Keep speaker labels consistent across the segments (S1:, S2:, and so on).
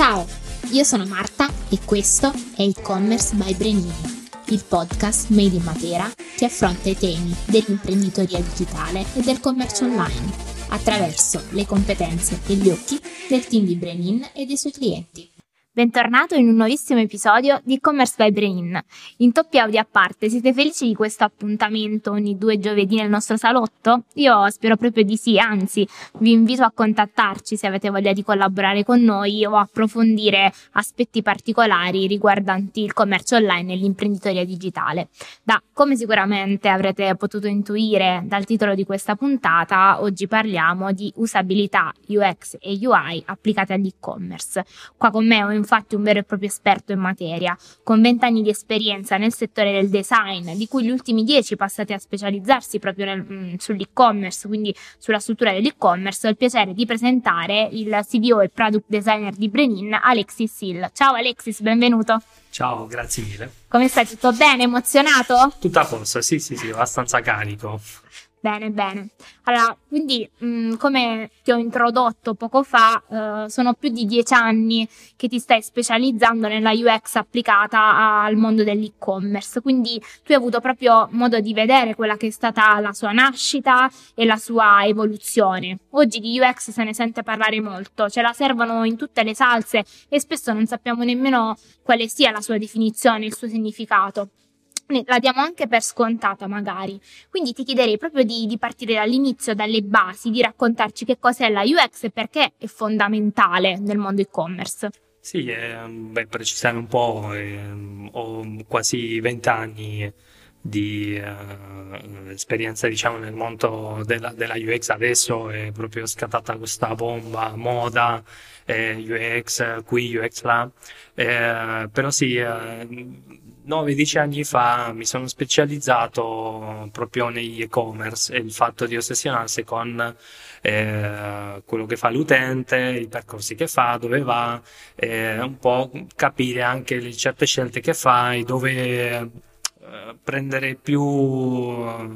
S1: Ciao, io sono Marta e questo è e-commerce by Brenin, il podcast made in Matera che affronta i temi dell'imprenditoria digitale e del commercio online attraverso le competenze e gli occhi del team di Brenin e dei suoi clienti. Bentornato in un nuovissimo episodio di e-commerce by Brenin. Intoppi audio a parte, siete felici di questo appuntamento ogni 2 giovedì nel nostro salotto? Io spero proprio di sì, anzi vi invito a contattarci se avete voglia di collaborare con noi o approfondire aspetti particolari riguardanti il commercio online e l'imprenditoria digitale. Come sicuramente avrete potuto intuire dal titolo di questa puntata, oggi parliamo di usabilità UX e UI applicate all'e-commerce. Qua con me ho infatti un vero e proprio esperto in materia, con 20 anni di esperienza nel settore del design, di cui gli ultimi 10 passati a specializzarsi proprio sull'e-commerce, quindi sulla struttura dell'e-commerce. Ho il piacere di presentare il CDO e Product Designer di Brenin, Alexis Sil. Ciao Alexis, benvenuto.
S2: Ciao, grazie mille.
S1: Come stai? Tutto bene? Emozionato?
S2: Tutto a posto, sì, abbastanza carico.
S1: Bene. Allora, quindi come ti ho introdotto poco fa, sono più di 10 anni che ti stai specializzando nella UX applicata al mondo dell'e-commerce, quindi tu hai avuto proprio modo di vedere quella che è stata la sua nascita e la sua evoluzione. Oggi di UX se ne sente parlare molto, ce la servono in tutte le salse e spesso non sappiamo nemmeno quale sia la sua definizione, il suo significato. La diamo anche per scontata magari, quindi ti chiederei proprio di partire dall'inizio, dalle basi, di raccontarci che cos'è la UX e perché è fondamentale nel mondo e-commerce.
S2: Sì, per precisare un po', ho quasi 20 anni di esperienza, diciamo, nel mondo della UX. Adesso è proprio scattata questa bomba moda, UX qui, UX là, però sì, 9-10 anni fa mi sono specializzato proprio negli e-commerce e il fatto di ossessionarsi con quello che fa l'utente, i percorsi che fa, dove va, un po' capire anche le certe scelte che fai, dove prendere più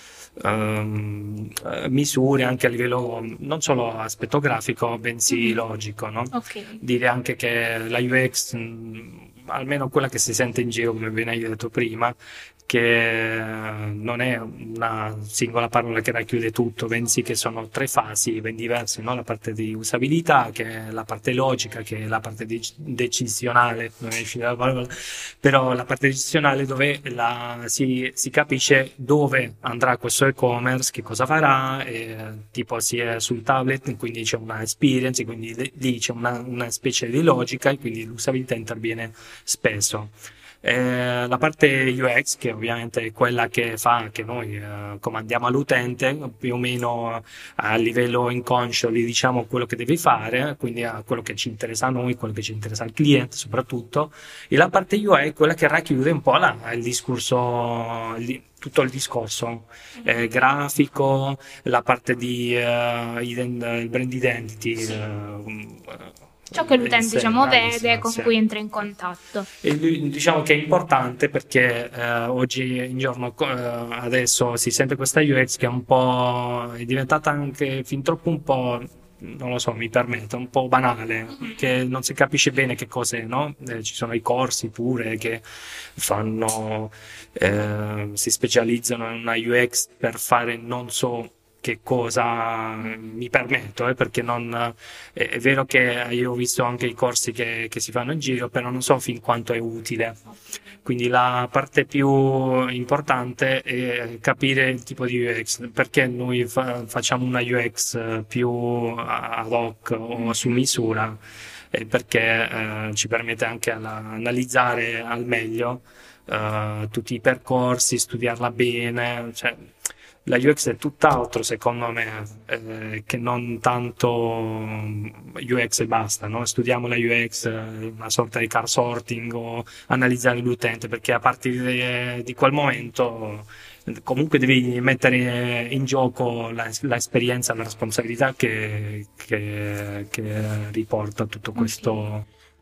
S2: misure anche a livello non solo aspetto grafico, bensì logico, no?
S1: Okay.
S2: Dire anche che la UX, almeno quella che si sente in giro, come ben hai detto prima, che non è una singola parola che racchiude tutto, bensì che sono 3 fasi ben diverse, no? La parte di usabilità, che è la parte logica, che è la parte decisionale, non è uscita la parola, però la parte decisionale dove si capisce dove andrà questo e-commerce, che cosa farà, tipo si è sul tablet, quindi c'è una experience, quindi lì c'è una specie di logica e quindi l'usabilità interviene spesso. La parte UX, che ovviamente è quella che fa che noi comandiamo all'utente, più o meno a livello inconscio gli diciamo quello che deve fare, quindi a quello che ci interessa a noi, quello che ci interessa al cliente soprattutto, e la parte UI è quella che racchiude un po' il discorso, tutto il discorso grafico, la parte di il brand identity,
S1: Ciò che l'utente vede, con cui entra in contatto.
S2: E diciamo che è importante perché oggi in giorno adesso si sente questa UX che è diventata anche fin troppo un po', non lo so, mi permetto, un po' banale, che non si capisce bene che cos'è, no? Ci sono i corsi pure che si specializzano in una UX per fare non so che cosa, mi permetto, perché è vero che io ho visto anche i corsi che si fanno in giro, però non so fin quanto è utile. Quindi la parte più importante è capire il tipo di UX, perché noi facciamo una UX più ad hoc o su misura, perché ci permette anche di analizzare al meglio tutti i percorsi, studiarla bene, cioè la UX è tutt'altro secondo me che non tanto UX e basta, no? Studiamo la UX, una sorta di car sorting o analizzare l'utente, perché a partire di quel momento comunque devi mettere in gioco l'esperienza, la responsabilità che riporta tutto questo.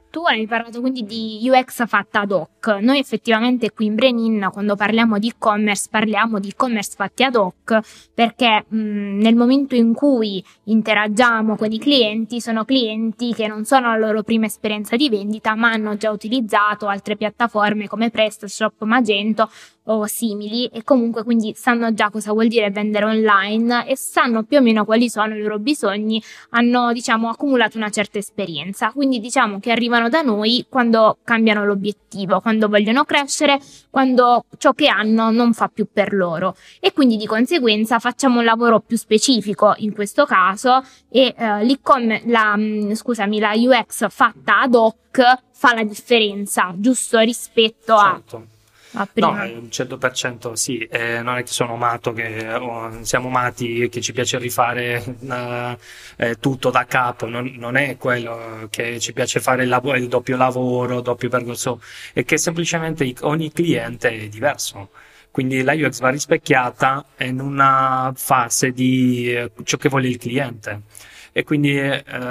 S1: Tu hai parlato quindi di UX fatta ad hoc. Noi effettivamente qui in Brenin, quando parliamo di e-commerce, parliamo di e-commerce fatti ad hoc, perché nel momento in cui interagiamo con i clienti, sono clienti che non sono la loro prima esperienza di vendita, ma hanno già utilizzato altre piattaforme come PrestaShop, Magento o simili, e comunque quindi sanno già cosa vuol dire vendere online e sanno più o meno quali sono i loro bisogni, hanno diciamo accumulato una certa esperienza, quindi diciamo che arrivano da noi quando cambiano l'obiettivo, quando vogliono crescere, quando ciò che hanno non fa più per loro, e quindi di conseguenza facciamo un lavoro più specifico in questo caso, e la UX fatta ad hoc fa la differenza, giusto, rispetto
S2: Certo.
S1: a prima.
S2: No, 100% sì, non è che sono matto, siamo matti, che ci piace rifare tutto da capo, non è quello che ci piace fare il doppio lavoro, doppio percorso, è che semplicemente ogni cliente è diverso. Quindi la UX va rispecchiata in una fase di ciò che vuole il cliente. E quindi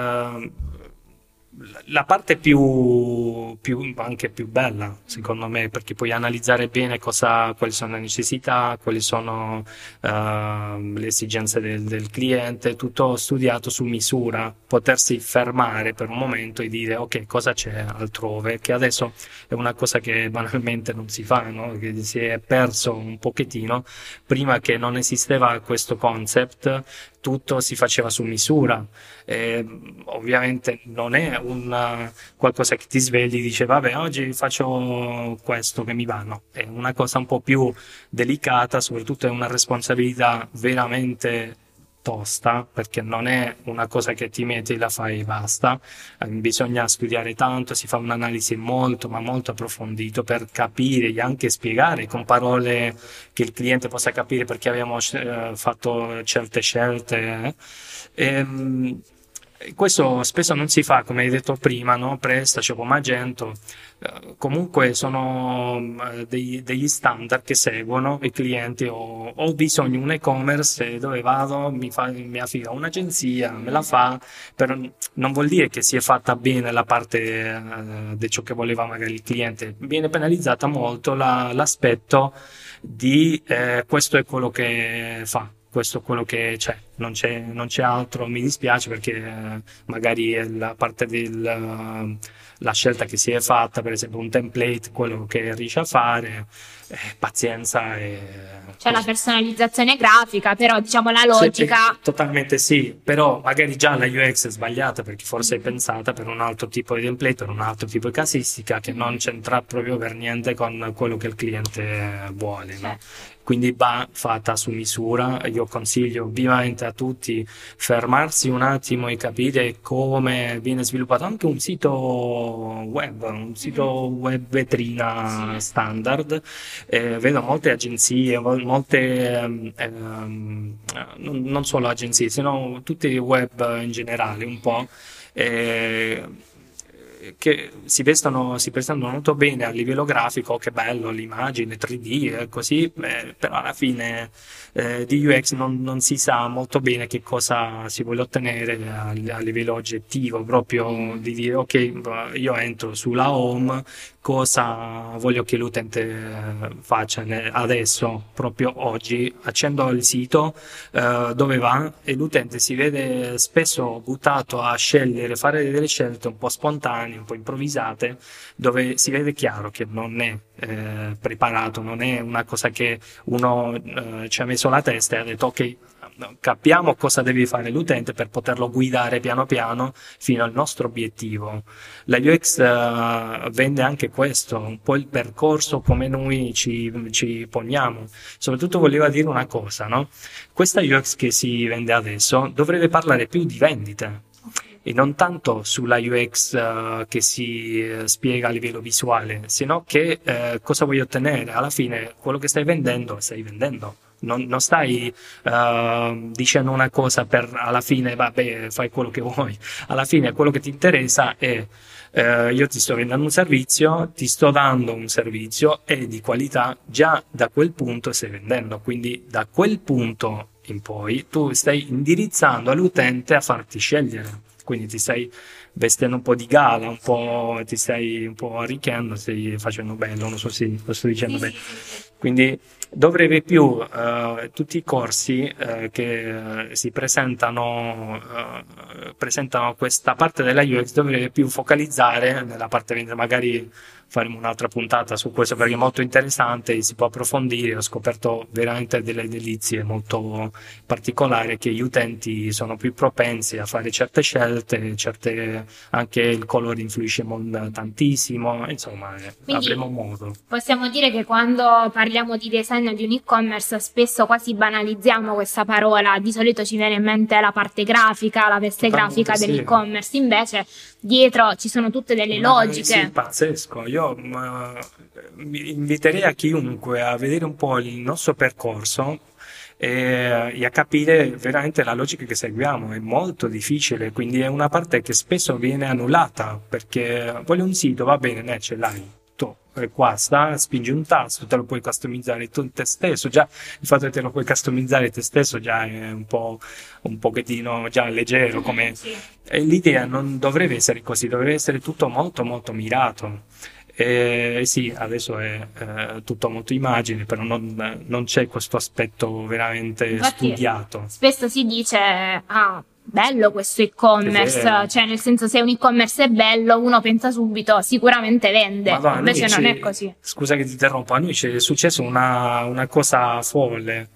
S2: la parte anche più bella, secondo me, perché puoi analizzare bene quali sono le necessità, quali sono le esigenze del cliente, tutto studiato su misura, potersi fermare per un momento e dire ok, cosa c'è altrove, che adesso è una cosa che banalmente non si fa, no? Che si è perso un pochettino. Prima, che non esisteva questo concept, tutto si faceva su misura. Ovviamente non è qualcosa che ti svegli e dice vabbè, oggi faccio questo che mi va, no, è una cosa un po' più delicata, soprattutto è una responsabilità veramente tosta, perché non è una cosa che ti metti, la fai e basta. Bisogna studiare tanto, si fa un'analisi molto ma molto approfondito per capire e anche spiegare con parole che il cliente possa capire perché abbiamo fatto certe scelte. Questo spesso non si fa, come hai detto prima, no? PrestaShop o Magento, comunque sono degli standard che seguono i clienti. Ho bisogno di un e-commerce dove vado, mi affido a un'agenzia, me la fa, però non vuol dire che si è fatta bene la parte di ciò che voleva magari il cliente. Viene penalizzata molto l'aspetto di questo è quello che fa. Questo è quello che c'è, non c'è altro, mi dispiace, perché magari è la parte la scelta che si è fatta, per esempio un template, quello che riesce a fare, pazienza
S1: C'è la personalizzazione grafica, però diciamo la logica.
S2: Totalmente sì, però magari già la UX è sbagliata, perché forse è pensata per un altro tipo di template, per un altro tipo di casistica che non c'entra proprio per niente con quello che il cliente vuole, no? Quindi va fatta su misura. Io consiglio vivamente a tutti fermarsi un attimo e capire come viene sviluppato anche un sito web vetrina standard. Vedo molte agenzie, non solo agenzie, sino tutti i web in generale un po', che si prestano molto bene a livello grafico, che bello l'immagine 3D così, però alla fine di UX non si sa molto bene che cosa si vuole ottenere a livello oggettivo, proprio di dire ok, io entro sulla home, cosa voglio che l'utente faccia adesso, proprio oggi, accendo il sito dove va, e l'utente si vede spesso buttato a fare delle scelte un po' spontanee, un po' improvvisate, dove si vede chiaro che non è preparato, non è una cosa che uno ci ha messo la testa e ha detto ok, capiamo cosa deve fare l'utente per poterlo guidare piano piano fino al nostro obiettivo. La UX vende anche questo, un po' il percorso, come noi ci poniamo. Soprattutto voleva dire una cosa, no? Questa UX che si vende adesso dovrebbe parlare più di vendite e non tanto sulla UX che si spiega a livello visuale, sino che cosa vuoi ottenere. Alla fine quello che stai vendendo. Non stai dicendo una cosa per alla fine vabbè, fai quello che vuoi. Alla fine quello che ti interessa è io ti sto vendendo un servizio, ti sto dando un servizio e di qualità, già da quel punto stai vendendo, quindi da quel punto in poi tu stai indirizzando all'utente a farti scegliere, quindi ti stai vestendo un po' di gala, un po' ti stai un po' arricchendo, stai facendo bello, non so se lo sto dicendo bene. Quindi dovrebbe più tutti i corsi che si presentano questa parte della UX dovrebbe più focalizzare nella parte vendita, magari faremo un'altra puntata su questo perché è molto interessante, si può approfondire, ho scoperto veramente delle delizie molto particolari che gli utenti sono più propensi a fare certe scelte, anche il colore influisce tantissimo, insomma avremo modo.
S1: Possiamo dire che quando parliamo di design di un e-commerce spesso quasi banalizziamo questa parola, di solito ci viene in mente la parte grafica, la veste grafica dell'e-commerce, invece dietro ci sono tutte delle logiche.
S2: Sì, pazzesco. Io inviterei a chiunque a vedere un po' il nostro percorso e a capire veramente la logica che seguiamo. È molto difficile, quindi è una parte che spesso viene annullata, perché voglio un sito, va bene, ce l'hai. Qua sta, spingi un tasto, te lo puoi customizzare tu te stesso, già il fatto che te lo puoi customizzare te stesso già è un pochettino già leggero come e l'idea non dovrebbe essere così, dovrebbe essere tutto molto molto mirato. Sì, adesso è tutto molto immagine, però non c'è questo aspetto veramente studiato.
S1: Spesso si dice bello questo e-commerce, cioè nel senso, se un e-commerce è bello uno pensa subito sicuramente vende.
S2: Madonna,
S1: invece non è così.
S2: Scusa che ti interrompo, a noi c'è successo una cosa folle.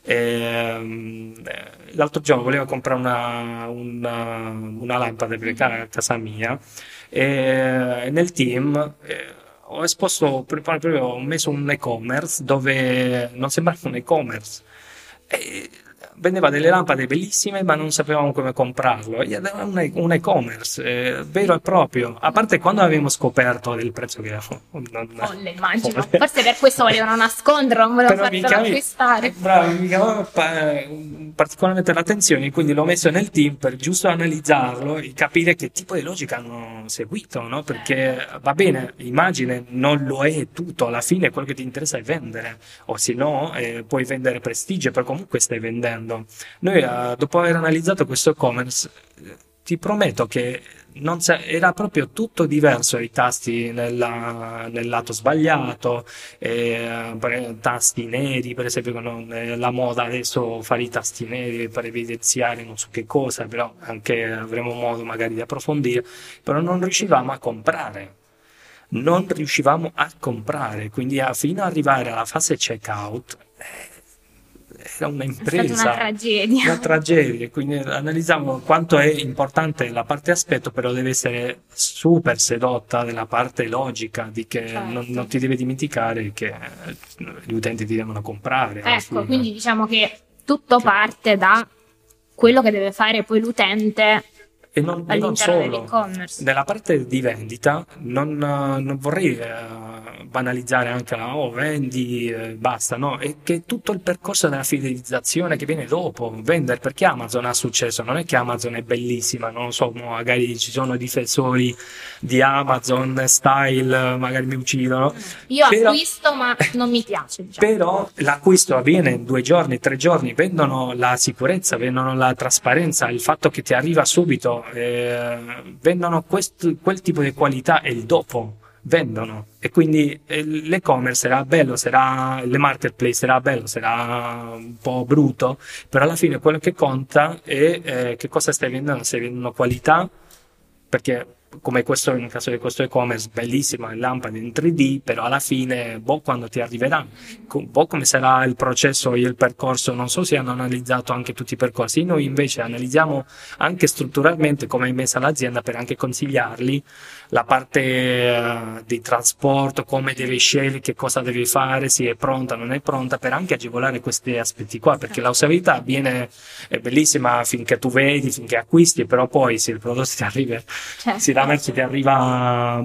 S2: L'altro giorno volevo comprare una lampada per casa mia e nel team ho esposto proprio, ho messo un e-commerce dove non sembrava un e-commerce. Vendeva delle lampade bellissime, ma non sapevamo come comprarlo. Era un e-commerce vero e proprio. A parte quando avevamo scoperto il prezzo che era
S1: folle, immagino. Forse per questo volevano nasconderlo, non volevano farlo acquistare.
S2: Bravo, mi chiamava particolarmente l'attenzione, quindi l'ho messo nel team per giusto analizzarlo e capire che tipo di logica hanno seguito, no? Perché va bene, immagine non lo è tutto, alla fine quello che ti interessa è vendere, o se no puoi vendere prestigio, però comunque stai vendendo. Noi dopo aver analizzato questo e-commerce ti prometto che era proprio tutto diverso, i tasti nel lato sbagliato, tasti neri, per esempio, la moda adesso fare i tasti neri per evidenziare non so che cosa, però anche avremo modo magari di approfondire, però non riuscivamo a comprare. Quindi fino ad arrivare alla fase checkout era un'impresa,
S1: è stata una
S2: tragedia, quindi analizziamo quanto è importante la parte aspetto, però deve essere super sedotta della parte logica, di che non ti deve dimenticare che gli utenti ti devono comprare.
S1: Ecco, quindi diciamo che tutto parte da quello che deve fare poi l'utente.
S2: E non solo, nella parte di vendita non vorrei banalizzare anche vendi, basta, no? È che tutto il percorso della fidelizzazione che viene dopo, vendere, perché Amazon ha successo, non è che Amazon è bellissima, non lo so, magari ci sono difensori di Amazon style, magari mi uccidono.
S1: Io acquisto ma non mi piace, diciamo.
S2: Però l'acquisto avviene in 2 giorni, 3 giorni, vendono la sicurezza, vendono la trasparenza, il fatto che ti arriva subito, vendono quel tipo di qualità e il dopo vendono, e quindi l'e-commerce sarà bello, le marketplace sarà bello, sarà un po' brutto, però alla fine quello che conta è che cosa stai vendendo. Stai vendendo qualità, perché come questo nel caso di questo e-commerce, bellissima lampada in 3D, però alla fine quando ti arriverà, come sarà il processo e il percorso. Non so se hanno analizzato anche tutti i percorsi. Noi invece analizziamo anche strutturalmente come è messa l'azienda, per anche consigliarli la parte di trasporto, come deve scegliere, che cosa deve fare, se è pronta, non è pronta, per anche agevolare questi aspetti qua, perché la usabilità è bellissima finché tu vedi, finché acquisti, però poi se il prodotto ti arriva, se la merce ti arriva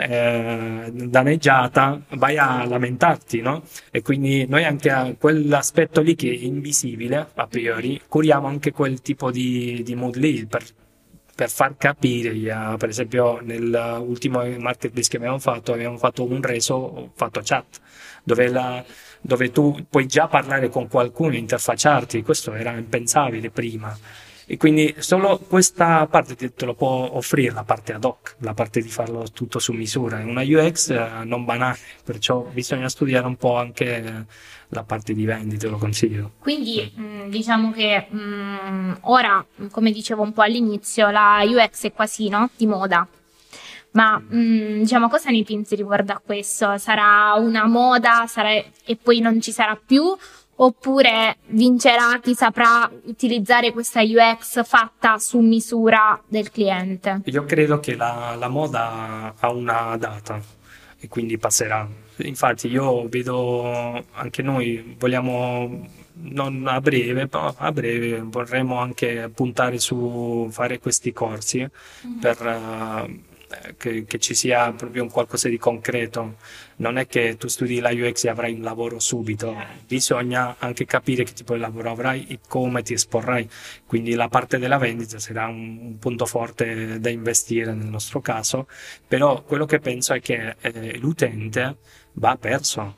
S2: danneggiata, vai a lamentarti, no? E quindi noi anche a quell'aspetto lì che è invisibile a priori, curiamo anche quel tipo di mood lì per far capire, per esempio nell'ultimo marketplace che abbiamo fatto un reso fatto chat, dove tu puoi già parlare con qualcuno, interfacciarti. Questo era impensabile prima. E quindi solo questa parte te lo può offrire la parte ad hoc, la parte di farlo tutto su misura. È una UX non banale, perciò bisogna studiare un po' anche la parte di vendita, lo consiglio.
S1: Quindi diciamo che ora, come dicevo un po' all'inizio, la UX è quasi, no, di moda. Ma diciamo, cosa ne pensi riguardo a questo? Sarà una moda e poi non ci sarà più? Oppure vincerà chi saprà utilizzare questa UX fatta su misura del cliente?
S2: Io credo che la moda ha una data e quindi passerà. Infatti io vedo, anche noi vogliamo, non a breve, però a breve vorremmo anche puntare su fare questi corsi per che ci sia proprio un qualcosa di concreto. Non è che tu studi la UX e avrai un lavoro subito, bisogna anche capire che tipo di lavoro avrai e come ti esporrai. Quindi la parte della vendita sarà un punto forte da investire nel nostro caso, però quello che penso è che l'utente va perso.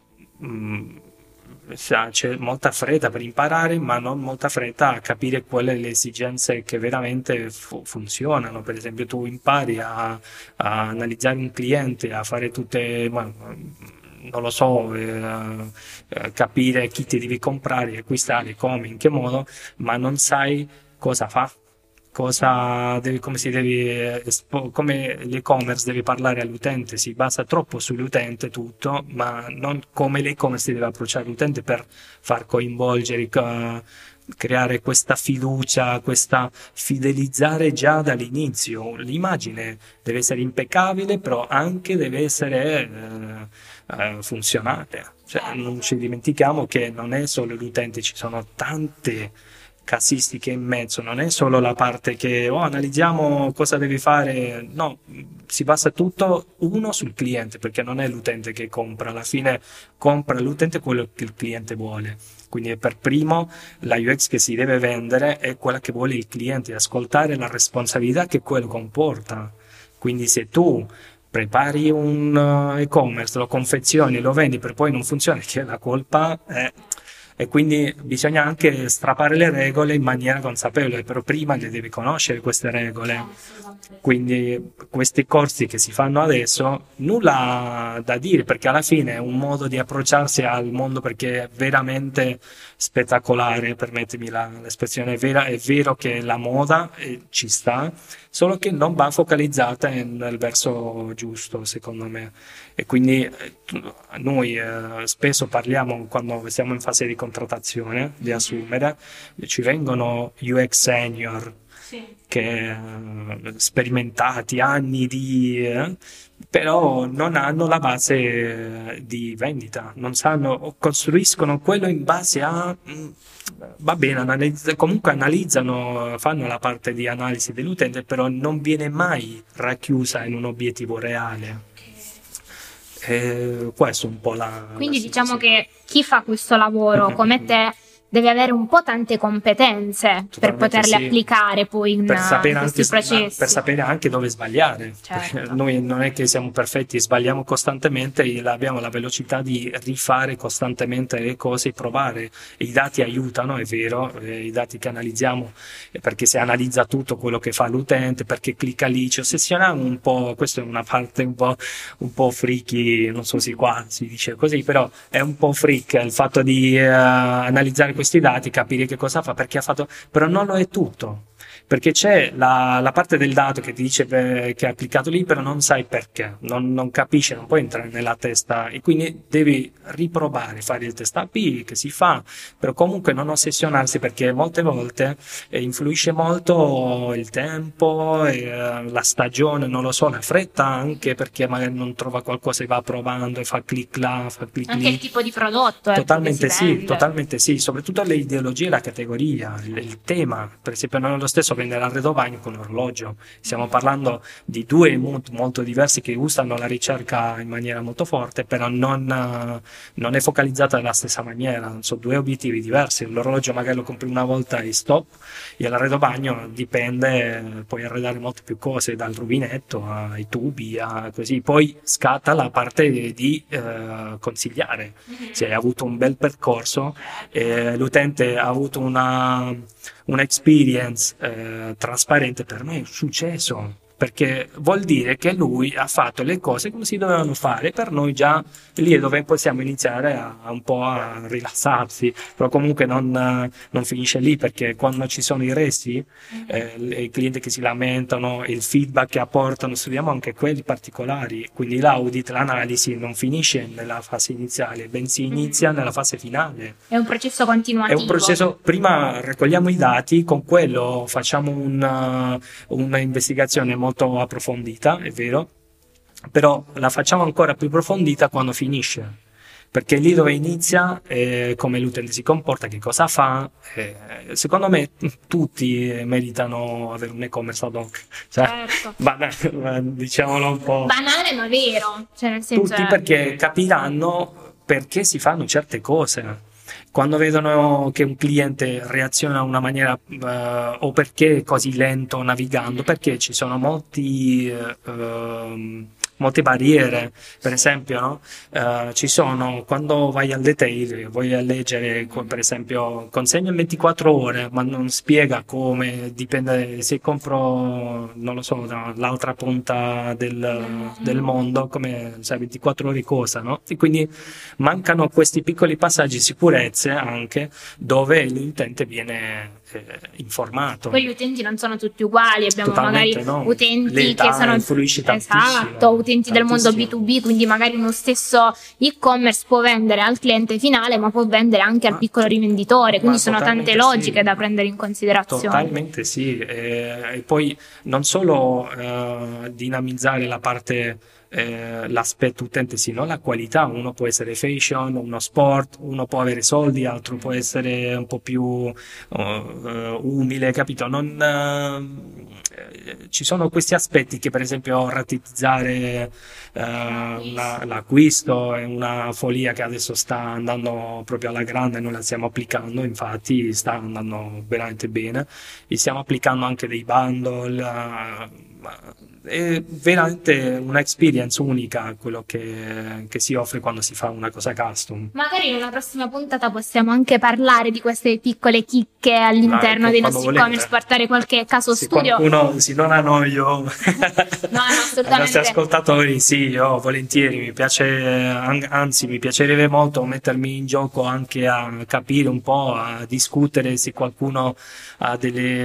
S2: C'è molta fretta per imparare, ma non molta fretta a capire quali sono le esigenze che veramente funzionano. Per esempio, tu impari a analizzare un cliente, a fare tutte, non lo so, capire chi ti devi comprare, acquistare, come, in che modo, ma non sai cosa fa. Come l'e-commerce deve parlare all'utente, si basa troppo sull'utente tutto, ma non come l'e-commerce si deve approcciare all'utente per far coinvolgere, creare questa fiducia, fidelizzare già dall'inizio. L'immagine deve essere impeccabile, però anche deve essere funzionale. Cioè, non ci dimentichiamo che non è solo l'utente, ci sono tante casistiche in mezzo, non è solo la parte che analizziamo cosa devi fare, no, si basa tutto sul cliente, perché non è l'utente che compra, alla fine compra l'utente quello che il cliente vuole. Quindi per primo la UX che si deve vendere è quella che vuole il cliente, ascoltare la responsabilità che quello comporta. Quindi se tu prepari un e-commerce, lo confezioni, lo vendi per poi non funziona, che la colpa è. E quindi bisogna anche strappare le regole in maniera consapevole, però prima le devi conoscere queste regole. Quindi questi corsi che si fanno adesso, nulla da dire, perché alla fine è un modo di approcciarsi al mondo, perché è veramente spettacolare, permettimi l'espressione, è vero che la moda ci sta, solo che non va focalizzata nel verso giusto, secondo me. E quindi noi spesso parliamo, quando siamo in fase di contrattazione, di assumere, ci vengono UX senior, che sperimentati, anni però non hanno la base di vendita, non sanno, costruiscono quello in base a, va bene, comunque analizzano, fanno la parte di analisi dell'utente, però non viene mai racchiusa in un obiettivo reale. Questo è un po'
S1: Quindi diciamo che chi fa questo lavoro come te deve avere un po' tante competenze per poterle applicare poi in questi processi.
S2: Per sapere anche dove sbagliare.
S1: Certo.
S2: Noi non è che siamo perfetti, sbagliamo costantemente e abbiamo la velocità di rifare costantemente le cose e provare. I dati aiutano, è vero, i dati che analizziamo, perché si analizza tutto quello che fa l'utente, perché clicca lì, ci ossessioniamo un po', questa è una parte un po' freaky, non so se qua si dice così, però è un po' freak il fatto di analizzare questi dati, capire che cosa fa, perché ha fatto, però non lo è tutto, perché c'è la parte del dato che ti dice che ha cliccato lì, però non sai perché, non capisce, non puoi entrare nella testa e quindi devi riprovare, fare il test A/B che si fa, però comunque non ossessionarsi, perché molte volte influisce molto il tempo, la stagione, non lo so, la fretta, anche perché magari non trova qualcosa e va provando e fa clic là, fa clic
S1: anche
S2: lì.
S1: il tipo di prodotto,
S2: Totalmente sì,
S1: totalmente
S2: soprattutto le ideologie, la categoria, il tema. Per esempio non è lo stesso prendere l'arredo bagno con l'orologio, stiamo parlando di due mood molto diversi che usano la ricerca in maniera molto forte, però non è focalizzata nella stessa maniera, sono due obiettivi diversi. L'orologio magari lo compri una volta e stop, e l'arredo bagno dipende, puoi arredare molte più cose, dal rubinetto ai tubi, a così. Poi scatta la parte di consigliare, se hai avuto un bel percorso, l'utente ha avuto un'experience trasparente, per me è un successo, perché vuol dire che lui ha fatto le cose come si dovevano fare. Per noi già lì è dove possiamo iniziare a un po' a rilassarsi, però comunque non finisce lì, perché quando ci sono i resti, i clienti che si lamentano, il feedback che apportano, studiamo anche quelli particolari, quindi l'audit, l'analisi non finisce nella fase iniziale, bensì inizia nella fase finale.
S1: È un processo continuativo.
S2: È un processo, prima raccogliamo i dati, con quello facciamo una investigazione molto approfondita, è vero, però la facciamo ancora più approfondita quando finisce, perché lì dove inizia come l'utente si comporta, che cosa fa. Secondo me tutti meritano avere un e-commerce ad hoc, cioè,
S1: certo.
S2: diciamolo un po'
S1: banale ma vero, cioè nel senso
S2: tutti, perché capiranno perché si fanno certe cose. Quando vedono che un cliente reaziona in una maniera o perché è così lento navigando, perché ci sono molte barriere, per esempio, no? Ci sono, quando vai al detail, vuoi leggere, per esempio, consegna in 24 ore, ma non spiega come, dipende se compro, non lo so, dall'altra punta del mondo, come, sai, 24 ore cosa, no? E quindi mancano questi piccoli passaggi, sicurezze anche, dove l'utente viene informato.
S1: Poi gli utenti non sono tutti uguali, abbiamo
S2: Totalmente,
S1: magari
S2: no.
S1: utenti
S2: L'età
S1: che sono
S2: influisce tantissimo.
S1: esatto, utenti del mondo B2B, quindi magari uno stesso e-commerce può vendere al cliente finale, ma può vendere anche al piccolo rivenditore, quindi sono tante logiche da prendere in considerazione.
S2: Totalmente sì, e poi non solo dinamizzare la parte l'aspetto utente, sino la qualità. Uno può essere fashion, uno sport, uno può avere soldi, altro può essere un po' più umile, capito? Ci sono questi aspetti che, per esempio, rateizzare l'acquisto è una follia che adesso sta andando proprio alla grande, noi la stiamo applicando, infatti sta andando veramente bene, e stiamo applicando anche dei bundle. È veramente una experience unica quello che si offre quando si fa una cosa custom.
S1: Magari in una prossima puntata possiamo anche parlare di queste piccole chicche all'interno dei nostri e-commerce, portare qualche caso studio.
S2: Qualcuno, se non annoio
S1: no, assolutamente.
S2: ai nostri ascoltatori, sì, io volentieri, mi piace, anzi mi piacerebbe molto mettermi in gioco anche a capire un po', a discutere se qualcuno ha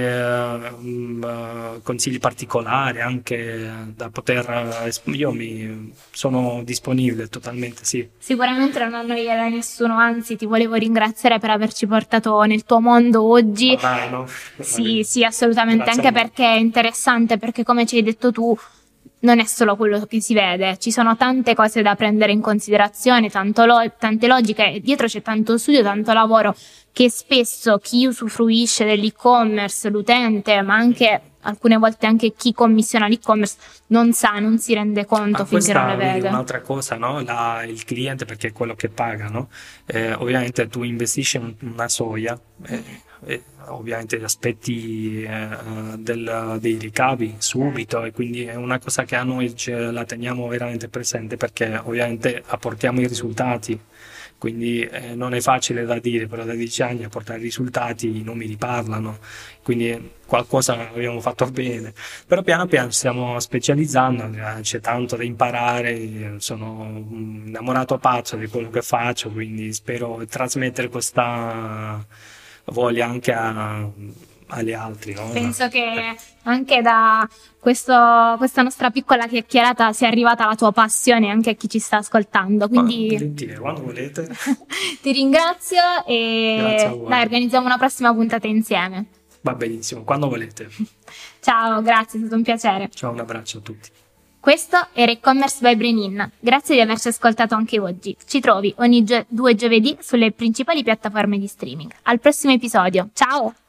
S2: delle consigli particolari anche da poter, io sono disponibile totalmente, sì.
S1: Sicuramente non annoierai nessuno, anzi ti volevo ringraziare per averci portato nel tuo mondo oggi.
S2: No?
S1: Sì, assolutamente.
S2: Grazie
S1: anche perché è interessante, perché come ci hai detto tu non è solo quello che si vede, ci sono tante cose da prendere in considerazione, tante logiche, dietro c'è tanto studio, tanto lavoro che spesso chi usufruisce dell'e-commerce, l'utente, ma anche alcune volte anche chi commissiona l'e-commerce non sa, non si rende conto finché non le vede.
S2: Un'altra cosa, no? Il cliente, perché è quello che paga, no? Ovviamente tu investisci in una soia, ovviamente aspetti dei ricavi subito, e quindi è una cosa che a noi la teniamo veramente presente, perché ovviamente apportiamo i risultati. Quindi non è facile da dire, però da 10 anni a portare risultati, i numeri parlano, quindi qualcosa abbiamo fatto bene. Però piano piano ci stiamo specializzando, c'è tanto da imparare, sono innamorato pazzo di quello che faccio, quindi spero trasmettere questa voglia anche agli altri, no?
S1: Penso che anche da questa nostra piccola chiacchierata sia arrivata la tua passione anche a chi ci sta ascoltando, quindi
S2: quando volete.
S1: Ti ringrazio e dai, organizziamo una prossima puntata insieme.
S2: Va benissimo, quando volete.
S1: Ciao, grazie, è stato un piacere.
S2: Ciao, un abbraccio a tutti.
S1: Questo era e-commerce by Brenin. Grazie di averci ascoltato anche oggi. Ci trovi ogni 2 giovedì sulle principali piattaforme di streaming. Al prossimo episodio. Ciao!